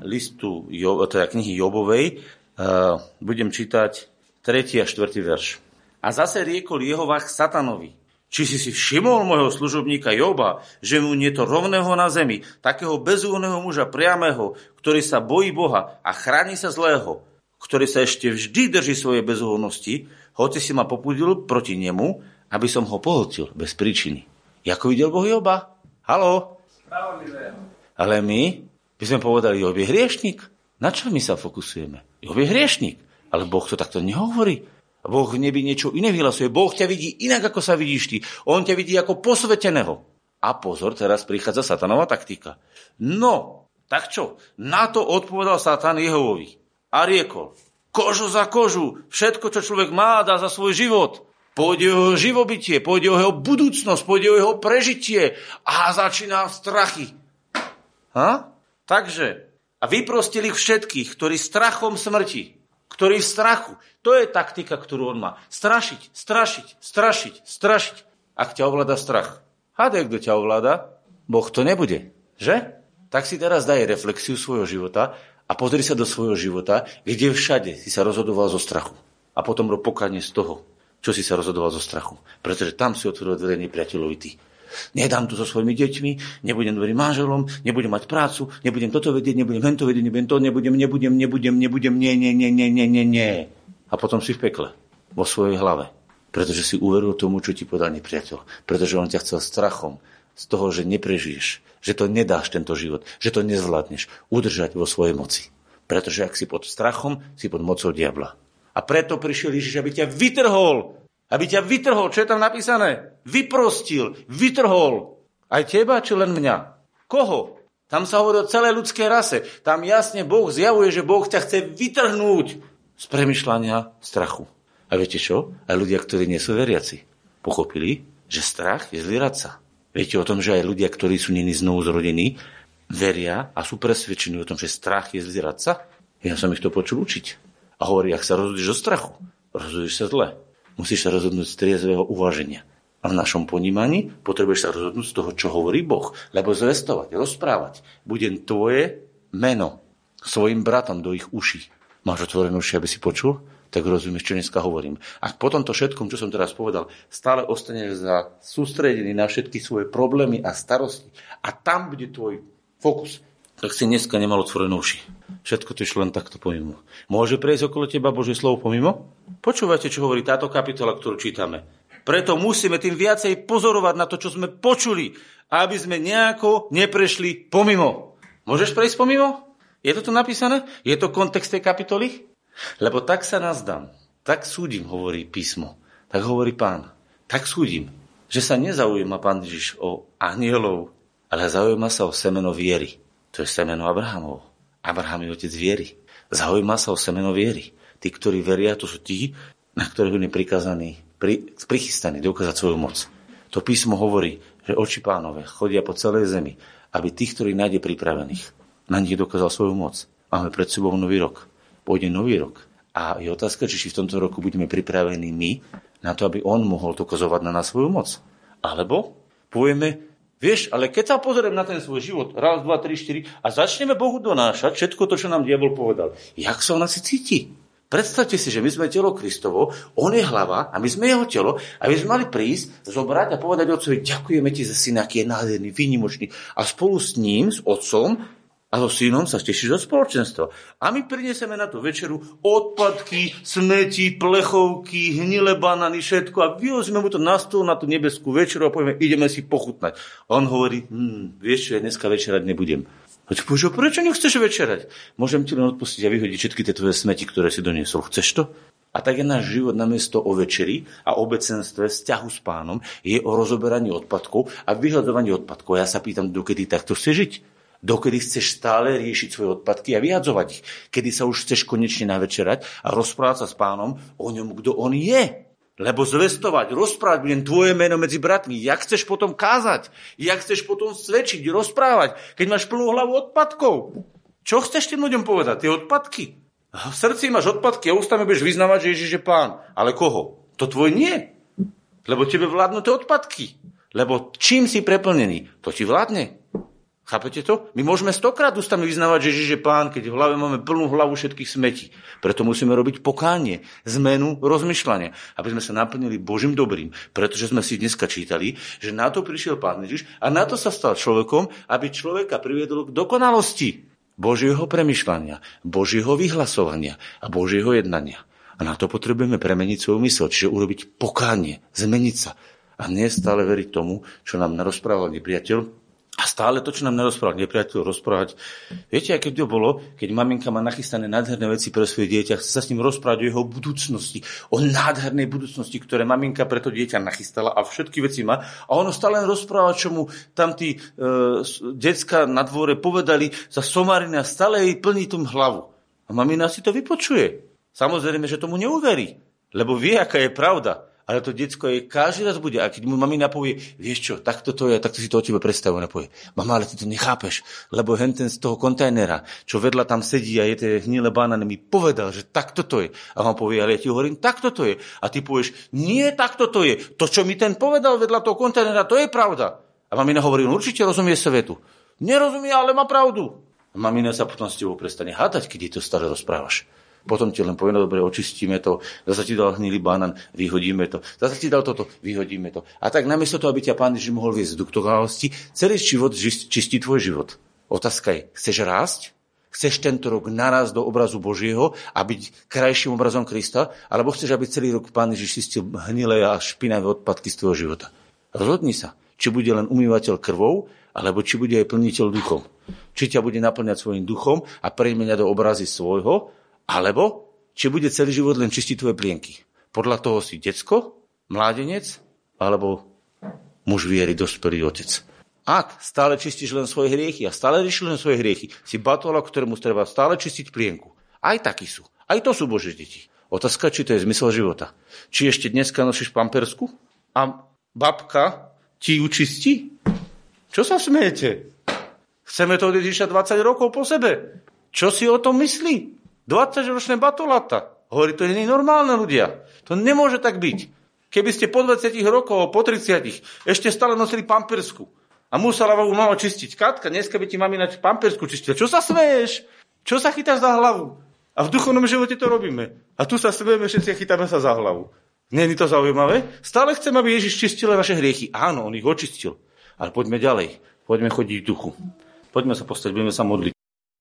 knihy Jobovej, budem čítať 3. a 4. verš. A zase riekol Jehovah satanovi, či si všimol môjho služobníka Joba, že mu nie to rovného na zemi, takého bezúhonného muža priamého, ktorý sa bojí Boha a chráni sa zlého, ktorý sa ešte vždy drží svojej bezúhonnosti, hoci si ma popudil proti nemu, aby som ho pohltil bez príčiny. Jako videl Boh Joba? Haló? Ale my by sme povedali, Job je hriešnik. Na čo my sa fokusujeme? Job je hriešnik. Ale Boh to takto nehovorí. Boh v nebi niečo iné vyhlasuje. Boh ťa vidí inak, ako sa vidíš ty. On ťa vidí ako posveteného. A pozor, teraz prichádza satanová taktika. No, tak čo? Na to odpovedal Satan Jehovovi. A riekol, kožu za kožu, všetko, čo človek má, dá za svoj život. Pôjde o jeho živobytie, pôjde o jeho budúcnosť, pôjde o jeho prežitie. A začína strachy. Takže, a vyprostil ich všetkých, ktorí strachom smrti, ktorí v strachu. To je taktika, ktorú on má. Strašiť, strašiť, strašiť, strašiť. Ak ťa ovláda strach. Hádaj, kto ťa ovláda? Boh to nebude, že? Tak si teraz daj reflexiu svojho života a pozri sa do svojho života, kde všade si sa rozhodoval zo strachu. A potom rob pokánie z toho, čo si sa rozhodoval zo strachu. Pretože tam si otvoril dvere nepriateľovi ty. Nedám to so svojimi deťmi, nebudem dobrým manželom, nebudem mať prácu, nebudem toto vedieť, nebudem hento vedieť, nebudem, nie. A potom si v pekle, vo svojej hlave. Pretože si uveril tomu, čo ti povedal nepriateľ. Pretože on ťa chcel strachom z toho, že neprežiješ, že to nedáš tento život, že to nezvládneš, udržať vo svojej moci. Pretože ak si pod strachom, si pod mocou diabla. A preto prišiel Ježiš, aby ťa vytrhol. Aby ťa vytrhol. Čo je tam napísané? Vyprostil, vytrhol. Aj teba, či len mňa? Koho? Tam sa hovorí o celej ľudskej rase. Tam jasne Boh zjavuje, že Boh ťa chce vytrhnúť z premýšľania strachu. A viete čo? Aj ľudia, ktorí nie sú veriaci, pochopili, že strach je zlý radca. Viete o tom, že aj ľudia, ktorí sú neni znovu zrodení, veria a sú presvedčení o tom, že strach je zlý radca? Ja som ich to počul učiť. A hovorí, ak sa rozhoduješ do strachu, rozhoduješ sa zle. Musíš sa rozhodnúť z triezvého uváženia. A v našom ponímaní potrebuješ sa rozhodnúť z toho, čo hovorí Boh. Lebo zvestovať, rozprávať. Budem tvoje meno svojim bratom do ich uší. Máš otvorené uši, aby si počul? Tak rozumieš, čo dneska hovorím. A po tomto všetkom, čo som teraz povedal, stále ostaneš sústredený na všetky svoje problémy a starosti. A tam bude tvoj fokus. Tak si dneska nemal otvorené uši. Všetko to išlo len takto pomimo. Môže prejsť okolo teba Božie slovo pomimo? Počúvajte, čo hovorí táto kapitola, ktorú čítame. Preto musíme tým viacej pozorovať na to, čo sme počuli, aby sme nejako neprešli pomimo. Môžeš prejsť pomimo? Je to tu napísané? Je to kontext tej kapitoly? Lebo tak sa nazdám, tak súdim, hovorí písmo, tak hovorí Pán, tak súdim, že sa nezaujíma Pán Ježiš o anielov, ale zaujíma sa o semeno viery. To je semeno Abrahamov. Abraham je otec viery. Zaujíma sa o semeno viery. Tí, ktorí veria, to sú tí, na ktorých je prikázaní, prichystaní dokázať svoju moc. To písmo hovorí, že oči Pánove chodia po celej zemi, aby tých, ktorí nájde pripravených, na nich dokázal svoju moc. Máme pred sebou nový rok. Pôjde nový rok. A je otázka, či v tomto roku budeme pripravení my na to, aby on mohol dokazovať na nás svoju moc. Alebo povieme, vieš, ale keď sa pozriem na ten svoj život, 1, 2, 3, 4 a začneme Bohu donášať všetko to, čo nám diabol povedal, jak sa on asi cíti? Predstavte si, že my sme telo Kristovo, on je hlava a my sme jeho telo a my sme mali prísť, zobrať a povedať otcovi, ďakujeme ti za syna, aký je nádherný, výnimočný a spolu s ním, s otcom a so synom sa tešíš do spoločenstva. A my prinesieme na tú večeru odpadky, smeti, plechovky, hnilé banány, všetko a vyhozíme mu to na stôl na tú nebeskú večeru a povieme, ideme si pochutnať. A on hovorí, vieš čo, ja dneska večerať nebudem. A ty povieš, prečo nechceš večerať? Môžem ti len odpustiť a vyhodiť všetky tie tvoje smeti, ktoré si doniesol. Chceš to? A tak je náš život namiesto o večeri a obecenstve, vzťahu s Pánom, je o rozoberaní odpadkov a vyhľadovaní odpadkov. Ja sa pýtam, dokedy takto chceš žiť? Dokedy chceš stále riešiť svoje odpadky a vyhadzovať ich? Kedy sa už chceš konečne navečerať a rozprávať sa s Pánom o ňom, kto on je? Lebo zvestovať, rozprávať budem tvoje meno medzi bratmi. Jak chceš potom kázať? Jak chceš potom svedčiť, rozprávať, keď máš plnú hlavu odpadkov? Čo chceš tým ľuďom povedať? Tie odpadky? V srdci máš odpadky a ústami budeš vyznávať, že Ježiš je Pán. Ale koho? To tvoj nie. Lebo tebe vládnu tie odpadky. Lebo čím si preplnený, to ti vládne. Chápete to? My môžeme 100-krát ústami vyznávať, že Ježiš je Pán, keď v hlave máme plnú hlavu všetkých smetí. Preto musíme robiť pokánie, zmenu rozmýšľania, aby sme sa naplnili Božím dobrým. Pretože sme si dneska čítali, že na to prišiel Pán Ježiš a na to sa stal človekom, aby človeka priviedol k dokonalosti Božieho premýšľania, Božieho vyhlasovania a Božieho jednania. A na to potrebujeme premeniť svoju myseľ, čiže urobiť pokánie, zmeniť sa. A nie stále veriť tomu, čo nám narozprával nepriateľ. A stále to, čo nám nerozprával nepriateľ, rozprávať. Viete, aké to bolo, keď maminka má nachystané nádherné veci pre svoje dieťa, chce sa s ním rozprávať o jeho budúcnosti, o nádhernej budúcnosti, ktoré maminka pre to dieťa nachystala a všetky veci má. A ono stále len rozpráva, čo mu tam tí decka na dvore povedali za somarina, stále jej plní tú hlavu. A mamina si to vypočuje. Samozrejme, že tomu neuverí, lebo vie, aká je pravda. Ale to decko jej každý raz bude. A keď mu mamina povie, vieš čo, takto to je, takto si to o tebe predstavujú. Ona povie, mama, ale ty to nechápeš, lebo henten z toho kontajnera, čo vedľa tam sedí a je tie hnilé banány, mi povedal, že takto to je. A on povie, ale ja ti hovorím, takto to je. A ty povieš, nie, takto to je. To, čo mi ten povedal vedľa toho kontajnera, to je pravda. A mamina hovorí, on určite rozumie svetu. Nerozumie, ale má pravdu. A mamina sa potom s tebou prestane hádať, keď jej to stále rozprávaš. Potom ti len povie, no dobre, očistíme to, zase ti dal hnilý banán, vyhodíme to, zase ti dal toto, vyhodíme to. A tak namiesto toho, aby ťa Pán Ježiš mohol viesť do dokonalosti, celý život čistí tvoj život. Otázka je, chceš rásť? Chceš tento rok narásť do obrazu Božieho a byť krajším obrazom Krista? Alebo chceš, aby celý rok Pán Ježiš čistil hnilé a špinavé odpadky z tvojho života? Rozhodni sa, či bude len umývateľ krvou, alebo či bude aj plniteľ duchom. Či ťa bude naplňať svojim duchom a premeniať do obrazy svojho, alebo či bude celý život len čistiť tvoje plienky. Podľa toho si decko, mládenec, alebo muž viery, dospelý otec. Ak stále čistíš len svoje hriechy a stále riešiš len svoje hriechy, si batola, ktorému treba stále čistiť plienku. Aj takí sú. Aj to sú Božie deti. Otázka, či to je zmysel života. Či ešte dneska nosíš pampersku a babka ti ju čistí? Čo sa smejete? Chceme to od Ježiša 20 rokov po sebe. Čo si o tom myslí? 20-ročné batolata. Hovorí, to je nenormálne, ľudia. To nemôže tak byť. Keby ste po 20 rokov, po 30 ešte stále nosili pampersku a musela vám mama čistiť. Katka, dneska by ti mamina pampersku čistila. Čo sa smeješ? Čo sa chytáš za hlavu? A v duchovnom živote to robíme. A tu sa smejeme, všetci chytáme sa za hlavu. Nie je to zaujímavé? Stále chcem, aby Ježiš čistil naše hriechy. Áno, on ich očistil. Ale poďme ďalej. Poďme chodiť v duchu. Poďme sa postaviť, budeme sa modliť.